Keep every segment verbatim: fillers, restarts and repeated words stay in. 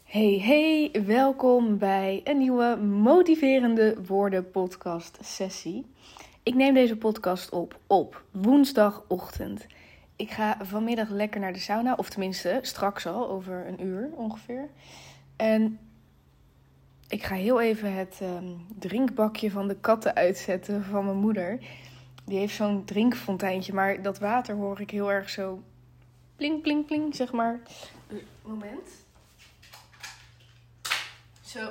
Hey, hey, welkom bij een nieuwe motiverende woorden podcast sessie. Ik neem deze podcast op op woensdagochtend. Ik ga vanmiddag lekker naar de sauna, of tenminste straks al, over een uur ongeveer. En ik ga heel even het um, drinkbakje van de katten uitzetten van mijn moeder. Die heeft zo'n drinkfonteintje, maar dat water hoor ik heel erg zo pling, pling, pling, zeg maar. Moment. Zo.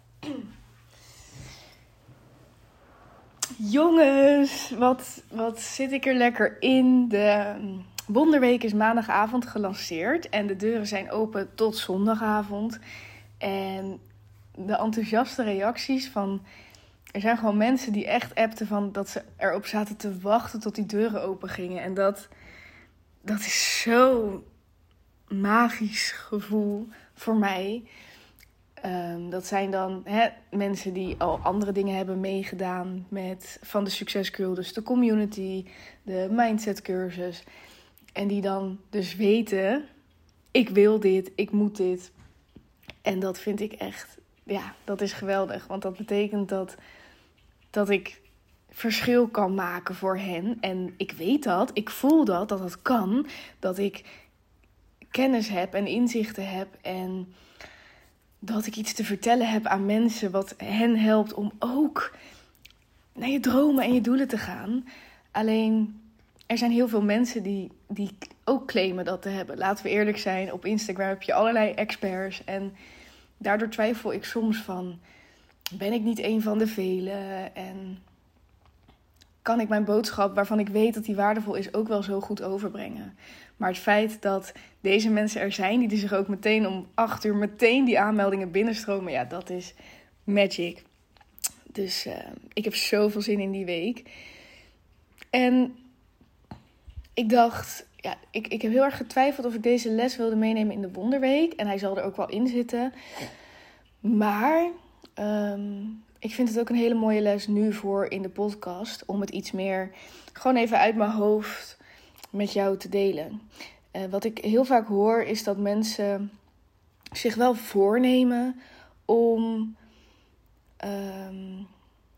Jongens, wat, wat zit ik er lekker in. De Wonderweek is maandagavond gelanceerd en de deuren zijn open tot zondagavond. En de enthousiaste reacties van... Er zijn gewoon mensen die echt appten van dat ze erop zaten te wachten tot die deuren open gingen. En dat, dat is zo'n magisch gevoel voor mij. Um, dat zijn dan hè, mensen die al andere dingen hebben meegedaan met van de succescurl, dus de community, de mindset cursus. En die dan dus weten, ik wil dit, ik moet dit. En dat vind ik echt, ja, dat is geweldig. Want dat betekent dat, dat ik verschil kan maken voor hen. En ik weet dat, ik voel dat, dat dat kan. Dat ik kennis heb en inzichten heb en... dat ik iets te vertellen heb aan mensen wat hen helpt om ook naar je dromen en je doelen te gaan. Alleen, er zijn heel veel mensen die, die ook claimen dat te hebben. Laten we eerlijk zijn, op Instagram heb je allerlei experts. En daardoor twijfel ik soms van, ben ik niet een van de velen? En kan ik mijn boodschap, waarvan ik weet dat die waardevol is, ook wel zo goed overbrengen? Maar het feit dat deze mensen er zijn, die zich ook meteen om acht uur meteen die aanmeldingen binnenstromen, ja, dat is magic. Dus uh, ik heb zoveel zin in die week. En ik dacht, ja, ik, ik heb heel erg getwijfeld of ik deze les wilde meenemen in de Wonderweek. En hij zal er ook wel in zitten. Maar um, ik vind het ook een hele mooie les nu voor in de podcast. Om het iets meer gewoon even uit mijn hoofd met jou te delen. Uh, wat ik heel vaak hoor is dat mensen zich wel voornemen om um,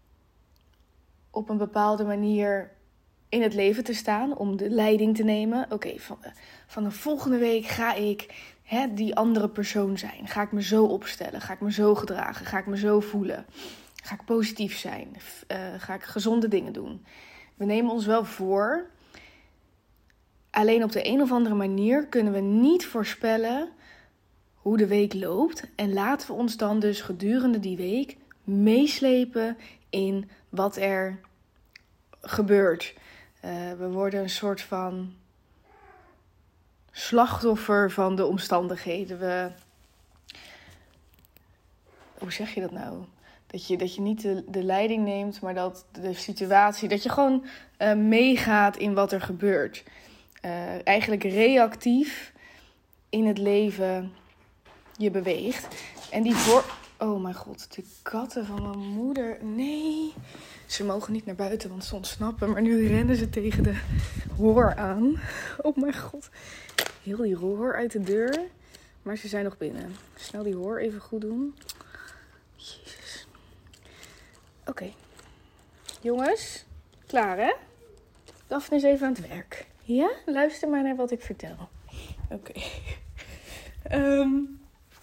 op een bepaalde manier in het leven te staan. Om de leiding te nemen. Oké, okay, van, van de volgende week ga ik hè, die andere persoon zijn. Ga ik me zo opstellen? Ga ik me zo gedragen? Ga ik me zo voelen? Ga ik positief zijn? Uh, ga ik gezonde dingen doen? We nemen ons wel voor. Alleen op de een of andere manier kunnen we niet voorspellen hoe de week loopt. En laten we ons dan dus gedurende die week meeslepen in wat er gebeurt. Uh, we worden een soort van slachtoffer van de omstandigheden. We... Hoe zeg je dat nou? Dat je, dat je niet de, de leiding neemt, maar dat de situatie... Dat je gewoon uh, meegaat in wat er gebeurt. Uh, eigenlijk reactief in het leven je beweegt. En die voor... Oh mijn god, die katten van mijn moeder. Nee, ze mogen niet naar buiten, want ze ontsnappen. Maar nu rennen ze tegen de hoor aan. Oh mijn god. Heel die hoor uit de deur. Maar ze zijn nog binnen. Snel die hoor even goed doen. Jezus. Oké. Okay. Jongens, klaar hè? Daphne is even aan het werk. Ja? Luister maar naar wat ik vertel. Oké. Okay. Um,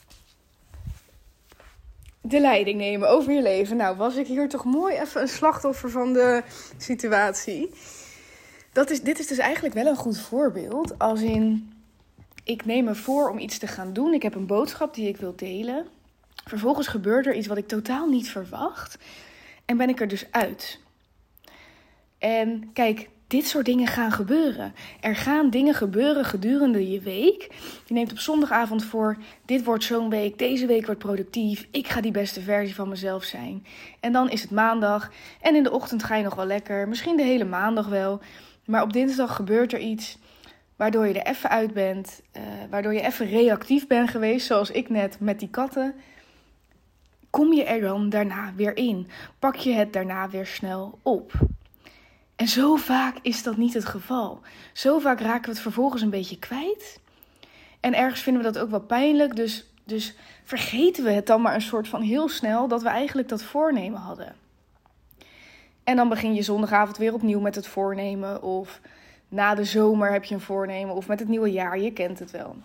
de leiding nemen over je leven. Nou, was ik hier toch mooi even een slachtoffer van de situatie. Dat is, dit is dus eigenlijk wel een goed voorbeeld. Als in, ik neem me voor om iets te gaan doen. Ik heb een boodschap die ik wil delen. Vervolgens gebeurt er iets wat ik totaal niet verwacht. En ben ik er dus uit. En kijk... Dit soort dingen gaan gebeuren. Er gaan dingen gebeuren gedurende je week. Je neemt op zondagavond voor, dit wordt zo'n week, deze week wordt productief. Ik ga die beste versie van mezelf zijn. En dan is het maandag en in de ochtend ga je nog wel lekker. Misschien de hele maandag wel. Maar op dinsdag gebeurt er iets waardoor je er even uit bent. Uh, waardoor je even reactief bent geweest, zoals ik net met die katten. Kom je er dan daarna weer in? Pak je het daarna weer snel op? En zo vaak is dat niet het geval. Zo vaak raken we het vervolgens een beetje kwijt. En ergens vinden we dat ook wel pijnlijk. Dus Dus vergeten we het dan maar een soort van heel snel dat we eigenlijk dat voornemen hadden. En dan begin je zondagavond weer opnieuw met het voornemen. Of na de zomer heb je een voornemen. Of met het nieuwe jaar, je kent het wel.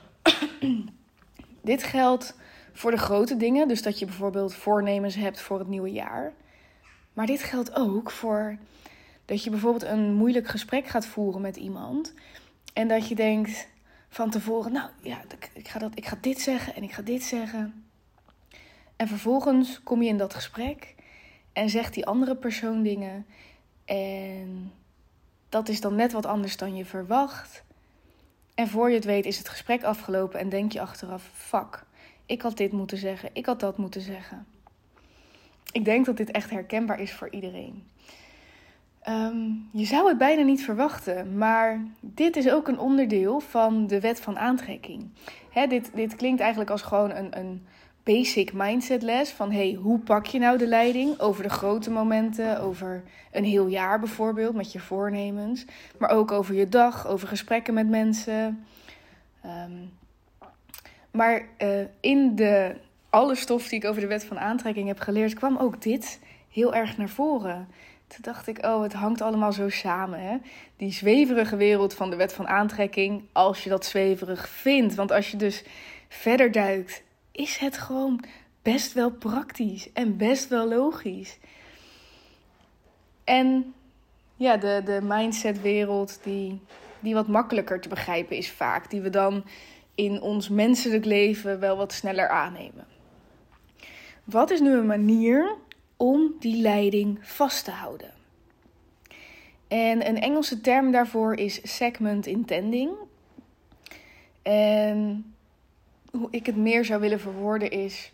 Dit geldt voor de grote dingen. Dus dat je bijvoorbeeld voornemens hebt voor het nieuwe jaar. Maar dit geldt ook voor dat je bijvoorbeeld een moeilijk gesprek gaat voeren met iemand. En dat je denkt van tevoren, nou ja, ik ga, dat, ik ga dit zeggen en ik ga dit zeggen. En vervolgens kom je in dat gesprek en zegt die andere persoon dingen. En dat is dan net wat anders dan je verwacht. En voor je het weet is het gesprek afgelopen en denk je achteraf, fuck, ik had dit moeten zeggen, ik had dat moeten zeggen. Ik denk dat dit echt herkenbaar is voor iedereen. Um, je zou het bijna niet verwachten, maar dit is ook een onderdeel van de wet van aantrekking. Hè, dit, dit klinkt eigenlijk als gewoon een, een basic mindset les van hey, hoe pak je nou de leiding over de grote momenten, over een heel jaar bijvoorbeeld met je voornemens, maar ook over je dag, over gesprekken met mensen. Um, maar uh, in de alle stof die ik over de wet van aantrekking heb geleerd, kwam ook dit heel erg naar voren. Toen dacht ik, oh, het hangt allemaal zo samen, hè? Die zweverige wereld van de wet van aantrekking, als je dat zweverig vindt. Want als je dus verder duikt, is het gewoon best wel praktisch en best wel logisch. En ja, de, de mindsetwereld die, die wat makkelijker te begrijpen is vaak. Die we dan in ons menselijk leven wel wat sneller aannemen. Wat is nu een manier om die leiding vast te houden? En een Engelse term daarvoor is segment intending. En hoe ik het meer zou willen verwoorden is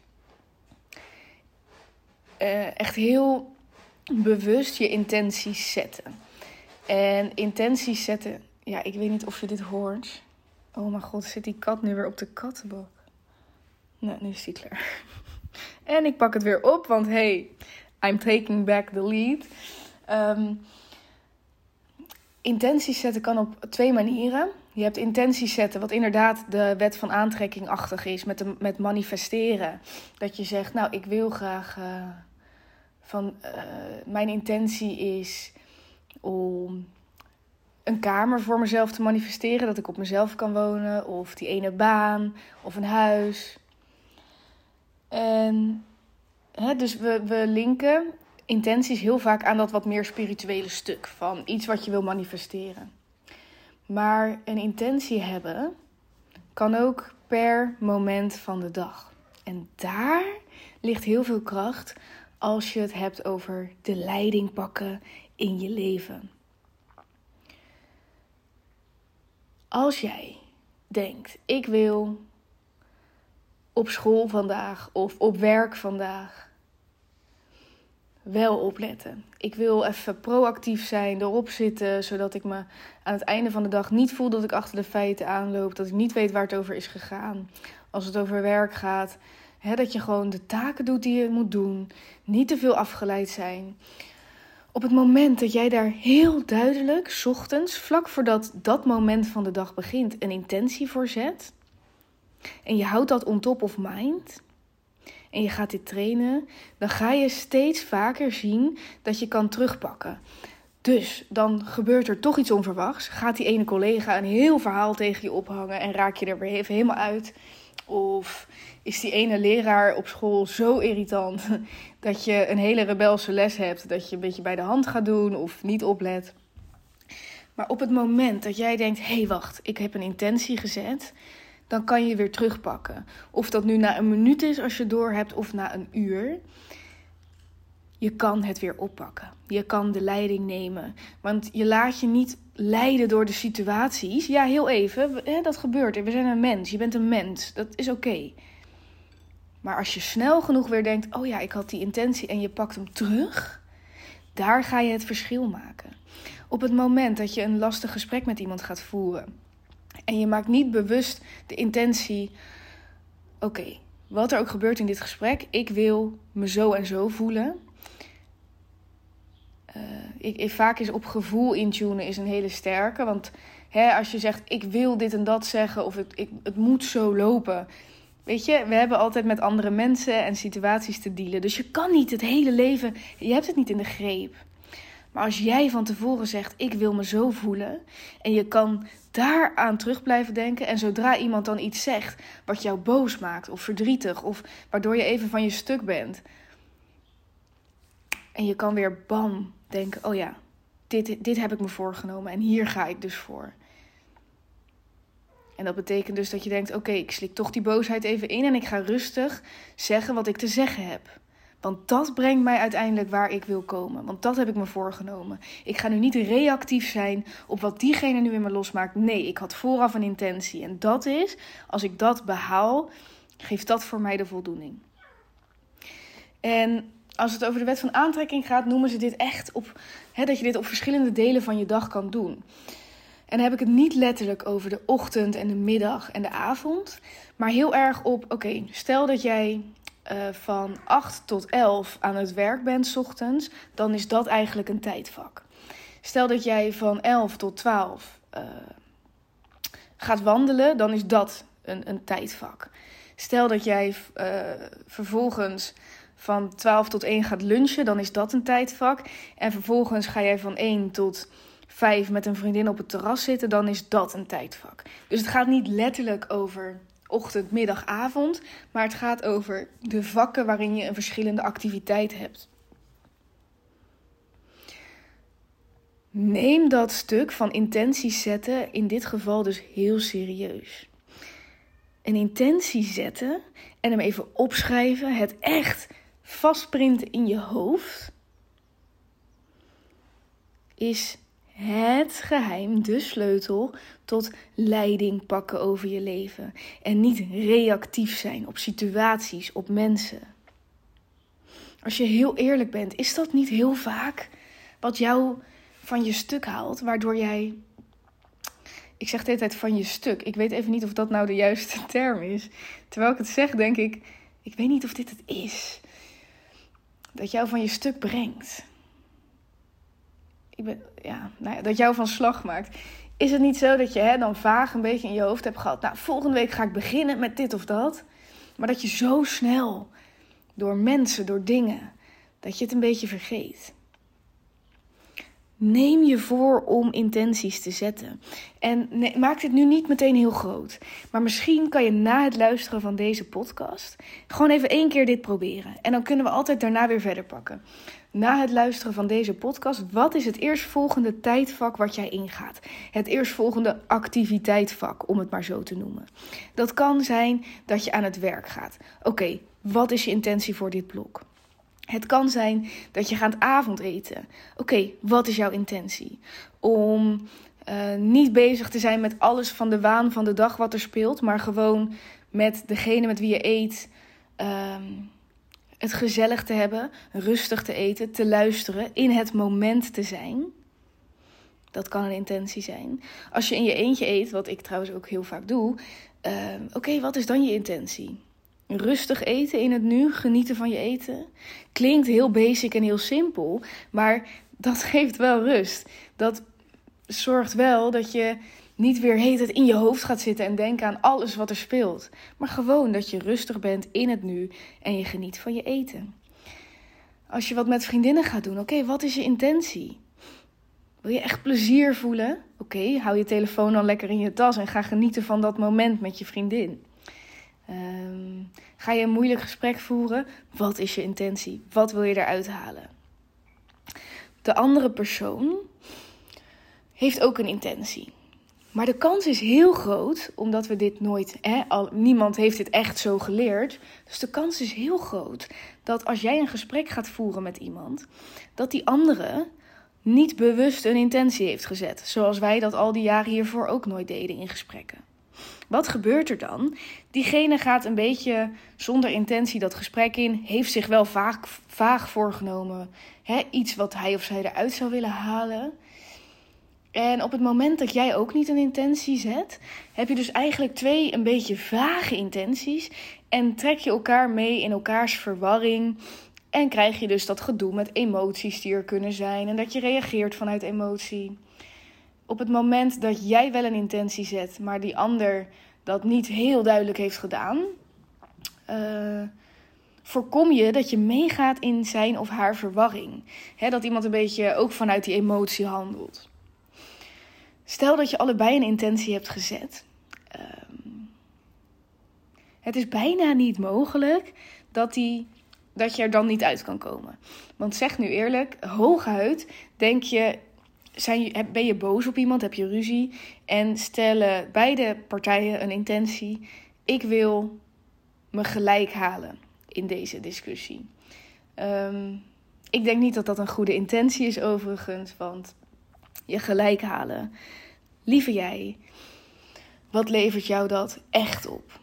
uh, echt heel bewust je intenties zetten. En intenties zetten, ja, ik weet niet of je dit hoort. Oh mijn god, zit die kat nu weer op de kattenbak? Nou, nu is die klaar. En ik pak het weer op, want hey, I'm taking back the lead. Um, intenties zetten kan op twee manieren. Je hebt intenties zetten, wat inderdaad de wet van aantrekking-achtig is, met, de, met manifesteren. Dat je zegt, nou, ik wil graag, uh, van, uh, mijn intentie is om een kamer voor mezelf te manifesteren, dat ik op mezelf kan wonen, of die ene baan, of een huis. En hè, dus we, we linken intenties heel vaak aan dat wat meer spirituele stuk van iets wat je wil manifesteren. Maar een intentie hebben kan ook per moment van de dag. En daar ligt heel veel kracht als je het hebt over de leiding pakken in je leven. Als jij denkt, ik wil op school vandaag of op werk vandaag wel opletten. Ik wil even proactief zijn, erop zitten, zodat ik me aan het einde van de dag niet voel dat ik achter de feiten aanloop, dat ik niet weet waar het over is gegaan. Als het over werk gaat, hè, dat je gewoon de taken doet die je moet doen, niet te veel afgeleid zijn. Op het moment dat jij daar heel duidelijk, 's ochtends, vlak voordat dat moment van de dag begint, een intentie voor zet, en je houdt dat on top of mind, en je gaat dit trainen, dan ga je steeds vaker zien dat je kan terugpakken. Dus dan gebeurt er toch iets onverwachts. Gaat die ene collega een heel verhaal tegen je ophangen en raak je er weer even helemaal uit. Of is die ene leraar op school zo irritant dat je een hele rebelse les hebt, dat je een beetje bij de hand gaat doen of niet oplet. Maar op het moment dat jij denkt, hé hey, wacht, ik heb een intentie gezet, dan kan je weer terugpakken. Of dat nu na een minuut is als je door hebt of na een uur. Je kan het weer oppakken. Je kan de leiding nemen. Want je laat je niet leiden door de situaties. Ja, heel even. Hè, dat gebeurt. We zijn een mens. Je bent een mens. Dat is oké. Okay. Maar als je snel genoeg weer denkt, oh ja, ik had die intentie en je pakt hem terug, daar ga je het verschil maken. Op het moment dat je een lastig gesprek met iemand gaat voeren en je maakt niet bewust de intentie, oké, okay, wat er ook gebeurt in dit gesprek, ik wil me zo en zo voelen. Uh, ik, ik, vaak is op gevoel intunen is een hele sterke, want hè, als je zegt, ik wil dit en dat zeggen of het, ik, het moet zo lopen, Weet je, we hebben altijd met andere mensen en situaties te dealen. Dus je kan niet het hele leven, je hebt het niet in de greep. Maar als jij van tevoren zegt, ik wil me zo voelen. En je kan daaraan terug blijven denken. En zodra iemand dan iets zegt wat jou boos maakt of verdrietig. Of waardoor je even van je stuk bent. En je kan weer bam denken, oh ja, dit, dit heb ik me voorgenomen. En hier ga ik dus voor. En dat betekent dus dat je denkt, oké, okay, ik slik toch die boosheid even in. En ik ga rustig zeggen wat ik te zeggen heb. Want dat brengt mij uiteindelijk waar ik wil komen. Want dat heb ik me voorgenomen. Ik ga nu niet reactief zijn op wat diegene nu in me losmaakt. Nee, ik had vooraf een intentie. En dat is, als ik dat behaal, geeft dat voor mij de voldoening. En als het over de wet van aantrekking gaat, noemen ze dit echt op, hè, dat je dit op verschillende delen van je dag kan doen. En dan heb ik het niet letterlijk over de ochtend en de middag en de avond. Maar heel erg op, oké, okay, stel dat jij uh, van acht tot elf aan het werk bent 's ochtends. Dan is dat eigenlijk een tijdvak. Stel dat jij van elf tot twaalf uh, gaat wandelen, dan is dat een, een tijdvak. Stel dat jij uh, vervolgens van twaalf tot één gaat lunchen, dan is dat een tijdvak. En vervolgens ga jij van één tot vijf met een vriendin op het terras zitten, dan is dat een tijdvak. Dus het gaat niet letterlijk over ochtend, middag, avond, maar het gaat over de vakken waarin je een verschillende activiteit hebt. Neem dat stuk van intenties zetten, in dit geval dus heel serieus. Een intentie zetten en hem even opschrijven, het echt vastprinten in je hoofd, is het geheim, de sleutel tot leiding pakken over je leven. En niet reactief zijn op situaties, op mensen. Als je heel eerlijk bent, is dat niet heel vaak wat jou van je stuk haalt, waardoor jij... Ik zeg de hele tijd van je stuk. Ik weet even niet of dat nou de juiste term is. Terwijl ik het zeg, denk ik, ik weet niet of dit het is. Dat jou van je stuk brengt. Ik ben, ja, nou ja, dat jou van slag maakt. Is het niet zo dat je hè, dan vaag een beetje in je hoofd hebt gehad, nou, volgende week ga ik beginnen met dit of dat. Maar dat je zo snel, door mensen, door dingen, dat je het een beetje vergeet. Neem je voor om intenties te zetten. En nee, maak dit nu niet meteen heel groot. Maar misschien kan je na het luisteren van deze podcast gewoon even één keer dit proberen. En dan kunnen we altijd daarna weer verder pakken. Na het luisteren van deze podcast, wat is het eerstvolgende tijdvak wat jij ingaat? Het eerstvolgende activiteitvak, om het maar zo te noemen. Dat kan zijn dat je aan het werk gaat. Oké, okay, wat is je intentie voor dit blok? Het kan zijn dat je gaat avondeten. Oké, okay, wat is jouw intentie? Om uh, niet bezig te zijn met alles van de waan van de dag wat er speelt, maar gewoon met degene met wie je eet, uh, het gezellig te hebben, rustig te eten, te luisteren, in het moment te zijn. Dat kan een intentie zijn. Als je in je eentje eet, wat ik trouwens ook heel vaak doe, uh, oké, okay, wat is dan je intentie? Rustig eten in het nu, genieten van je eten. Klinkt heel basic en heel simpel, maar dat geeft wel rust. Dat zorgt wel dat je niet weer heet het in je hoofd gaat zitten en denken aan alles wat er speelt. Maar gewoon dat je rustig bent in het nu en je geniet van je eten. Als je wat met vriendinnen gaat doen, oké, okay, wat is je intentie? Wil je echt plezier voelen? Oké, okay, hou je telefoon dan lekker in je tas en ga genieten van dat moment met je vriendin. Um, ga je een moeilijk gesprek voeren? Wat is je intentie? Wat wil je eruit halen? De andere persoon heeft ook een intentie. Maar de kans is heel groot, omdat we dit nooit... Hè, al, niemand heeft dit echt zo geleerd. Dus de kans is heel groot dat als jij een gesprek gaat voeren met iemand, dat die andere niet bewust een intentie heeft gezet. Zoals wij dat al die jaren hiervoor ook nooit deden in gesprekken. Wat gebeurt er dan? Diegene gaat een beetje zonder intentie dat gesprek in, heeft zich wel vaag, vaag voorgenomen. Hè, iets wat hij of zij eruit zou willen halen. En op het moment dat jij ook niet een intentie zet, heb je dus eigenlijk twee een beetje vage intenties. En trek je elkaar mee in elkaars verwarring. En krijg je dus dat gedoe met emoties die er kunnen zijn. En dat je reageert vanuit emotie. Op het moment dat jij wel een intentie zet, maar die ander dat niet heel duidelijk heeft gedaan, uh, voorkom je dat je meegaat in zijn of haar verwarring. He, dat iemand een beetje ook vanuit die emotie handelt. Stel dat je allebei een intentie hebt gezet. Um, het is bijna niet mogelijk dat, die, dat je er dan niet uit kan komen. Want zeg nu eerlijk, hooguit denk je, zijn, ben je boos op iemand, heb je ruzie. En stellen beide partijen een intentie. Ik wil me gelijk halen in deze discussie. Um, ik denk niet dat dat een goede intentie is overigens, want je gelijk halen. Lieve jij, wat levert jou dat echt op?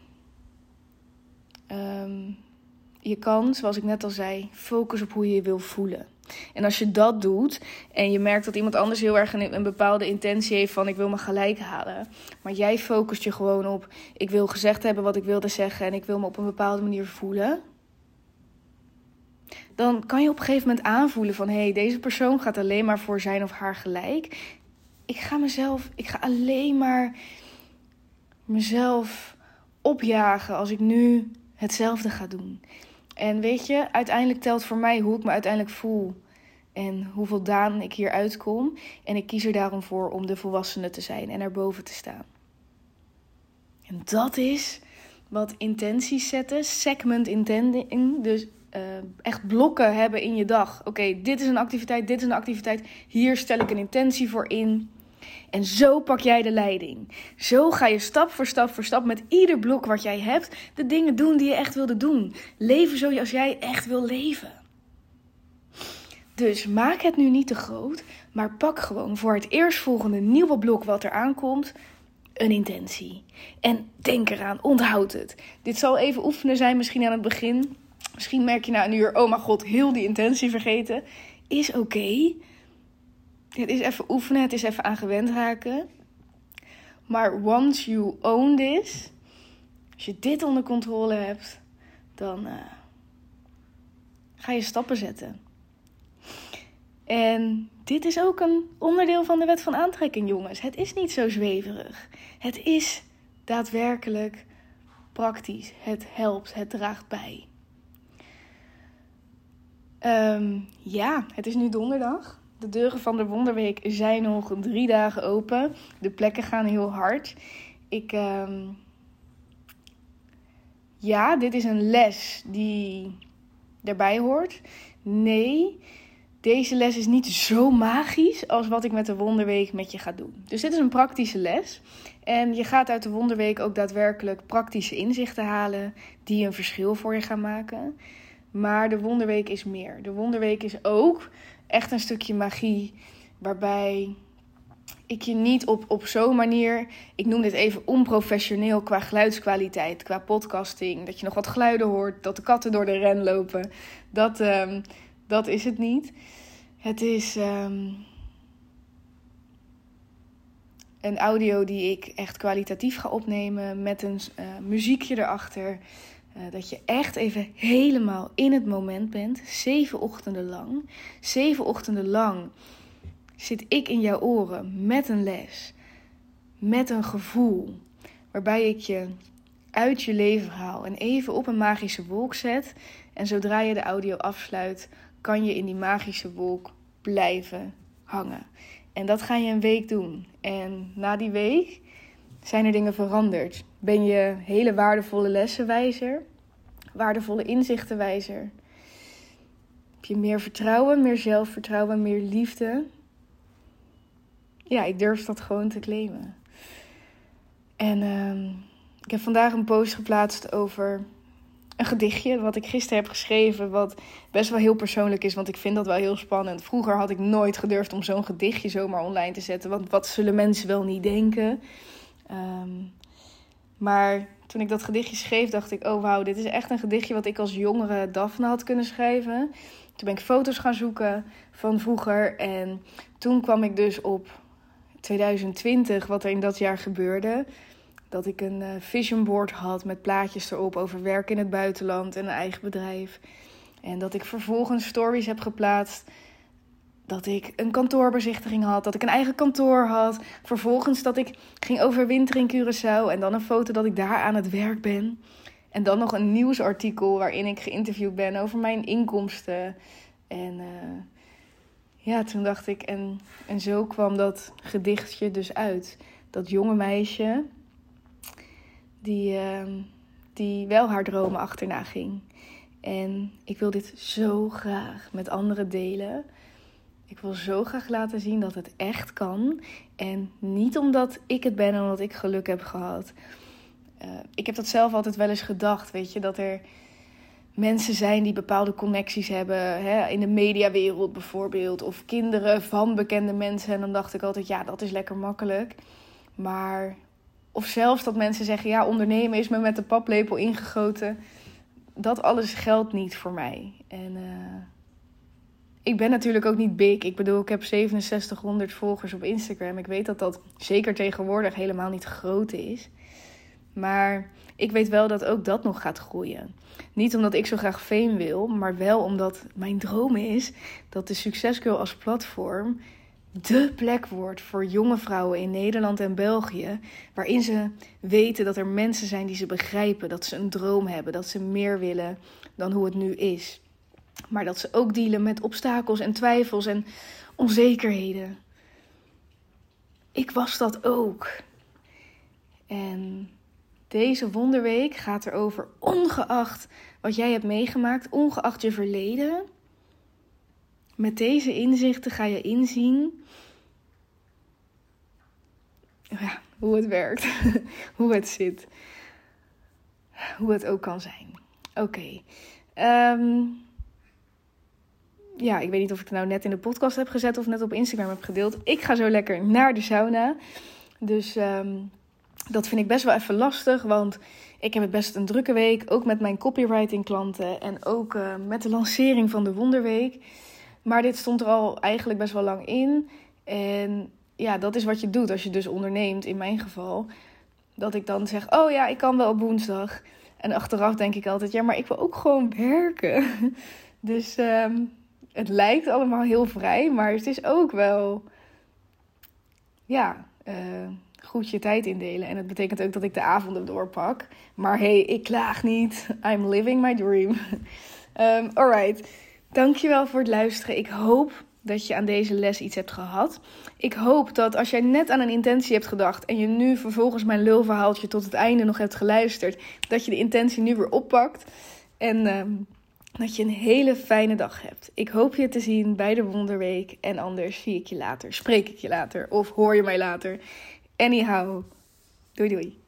Um, je kan, zoals ik net al zei, focus op hoe je je wil voelen. En als je dat doet en je merkt dat iemand anders heel erg een, een bepaalde intentie heeft van ik wil me gelijk halen. Maar jij focust je gewoon op ik wil gezegd hebben wat ik wilde zeggen en ik wil me op een bepaalde manier voelen. Dan kan je op een gegeven moment aanvoelen van hé, hey, deze persoon gaat alleen maar voor zijn of haar gelijk. Ik ga mezelf, ik ga alleen maar mezelf opjagen als ik nu hetzelfde ga doen. En weet je, uiteindelijk telt voor mij hoe ik me uiteindelijk voel. En hoe voldaan ik hier uitkom. En ik kies er daarom voor om de volwassene te zijn en erboven te staan. En dat is wat intenties zetten, segment intending. Dus uh, echt blokken hebben in je dag. Oké, okay, dit is een activiteit, dit is een activiteit. Hier stel ik een intentie voor in. En zo pak jij de leiding. Zo ga je stap voor stap voor stap met ieder blok wat jij hebt de dingen doen die je echt wilde doen. Leven zoals jij echt wil leven. Dus maak het nu niet te groot, maar pak gewoon voor het eerstvolgende nieuwe blok wat er aankomt een intentie. En denk eraan, onthoud het. Dit zal even oefenen zijn misschien aan het begin. Misschien merk je na een uur, oh mijn god, heel die intentie vergeten. Is oké. Okay. Het is even oefenen, het is even aan gewend raken. Maar once you own this, als je dit onder controle hebt, dan uh, ga je stappen zetten. En dit is ook een onderdeel van de wet van aantrekking, jongens. Het is niet zo zweverig. Het is daadwerkelijk praktisch. Het helpt, het draagt bij. Um, ja, het is nu donderdag. De deuren van de Wonderweek zijn nog drie dagen open. De plekken gaan heel hard. Ik, um... Ja, dit is een les die erbij hoort. Nee, deze les is niet zo magisch als wat ik met de Wonderweek met je ga doen. Dus dit is een praktische les. En je gaat uit de Wonderweek ook daadwerkelijk praktische inzichten halen die een verschil voor je gaan maken. Maar de Wonderweek is meer. De Wonderweek is ook echt een stukje magie waarbij ik je niet op, op zo'n manier, ik noem dit even onprofessioneel qua geluidskwaliteit, qua podcasting, dat je nog wat geluiden hoort, dat de katten door de ren lopen. Dat, um, dat is het niet. Het is um, een audio die ik echt kwalitatief ga opnemen met een uh, muziekje erachter. Uh, dat je echt even helemaal in het moment bent. Zeven ochtenden lang. Zeven ochtenden lang zit ik in jouw oren met een les. Met een gevoel. Waarbij ik je uit je leven haal. En even op een magische wolk zet. En zodra je de audio afsluit, kan je in die magische wolk blijven hangen. En dat ga je een week doen. En na die week zijn er dingen veranderd. Ben je hele waardevolle lessen wijzer? Waardevolle inzichten wijzer? Heb je meer vertrouwen, meer zelfvertrouwen, meer liefde? Ja, ik durf dat gewoon te claimen. En uh, ik heb vandaag een post geplaatst over een gedichtje wat ik gisteren heb geschreven, wat best wel heel persoonlijk is, want ik vind dat wel heel spannend. Vroeger had ik nooit gedurfd om zo'n gedichtje zomaar online te zetten, want wat zullen mensen wel niet denken? Um, maar toen ik dat gedichtje schreef, dacht ik, oh wauw, dit is echt een gedichtje wat ik als jongere Daphne had kunnen schrijven. Toen ben ik foto's gaan zoeken van vroeger en toen kwam ik dus op twintig twintig, wat er in dat jaar gebeurde. Dat ik een uh, vision board had met plaatjes erop over werk in het buitenland en een eigen bedrijf. En dat ik vervolgens stories heb geplaatst. Dat ik een kantoorbezichtiging had, dat ik een eigen kantoor had. Vervolgens dat ik ging overwinteren in Curaçao en dan een foto dat ik daar aan het werk ben. En dan nog een nieuwsartikel waarin ik geïnterviewd ben over mijn inkomsten. En uh, ja, toen dacht ik, en, en zo kwam dat gedichtje dus uit. Dat jonge meisje die, uh, die wel haar dromen achterna ging. En ik wil dit zo graag met anderen delen. Ik wil zo graag laten zien dat het echt kan. En niet omdat ik het ben en omdat ik geluk heb gehad. Uh, ik heb dat zelf altijd wel eens gedacht, weet je, dat er mensen zijn die bepaalde connecties hebben, hè, in de mediawereld bijvoorbeeld, of kinderen van bekende mensen. En dan dacht ik altijd, ja, dat is lekker makkelijk. Maar, of zelfs dat mensen zeggen, ja, ondernemen is me met de paplepel ingegoten. Dat alles geldt niet voor mij. En uh, ik ben natuurlijk ook niet big. Ik bedoel, ik heb zevenenzestighonderd volgers op Instagram. Ik weet dat dat zeker tegenwoordig helemaal niet groot is. Maar ik weet wel dat ook dat nog gaat groeien. Niet omdat ik zo graag fame wil, maar wel omdat mijn droom is dat de Success Girl als platform dé plek wordt voor jonge vrouwen in Nederland en België, waarin ze weten dat er mensen zijn die ze begrijpen, dat ze een droom hebben, dat ze meer willen dan hoe het nu is. Maar dat ze ook dealen met obstakels en twijfels en onzekerheden. Ik was dat ook. En deze wonderweek gaat erover, ongeacht wat jij hebt meegemaakt, ongeacht je verleden. Met deze inzichten ga je inzien ja, hoe het werkt, hoe het zit, hoe het ook kan zijn. Oké. Okay. Um, ja, ik weet niet of ik het nou net in de podcast heb gezet of net op Instagram heb gedeeld. Ik ga zo lekker naar de sauna. Dus um, dat vind ik best wel even lastig, want ik heb het best een drukke week. Ook met mijn copywriting klanten en ook uh, met de lancering van de Wonderweek. Maar dit stond er al eigenlijk best wel lang in. En ja, dat is wat je doet als je dus onderneemt, in mijn geval. Dat ik dan zeg, oh ja, ik kan wel op woensdag. En achteraf denk ik altijd, ja, maar ik wil ook gewoon werken. Dus um, het lijkt allemaal heel vrij, maar het is ook wel, ja, uh, goed je tijd indelen. En het betekent ook dat ik de avonden doorpak. Maar hey, ik klaag niet. I'm living my dream. um, alright. Dankjewel voor het luisteren. Ik hoop dat je aan deze les iets hebt gehad. Ik hoop dat als jij net aan een intentie hebt gedacht en je nu vervolgens mijn lulverhaaltje tot het einde nog hebt geluisterd, dat je de intentie nu weer oppakt. En um, dat je een hele fijne dag hebt. Ik hoop je te zien bij de Wonderweek. En anders zie ik je later, spreek ik je later of hoor je mij later. Anyhow, doei doei.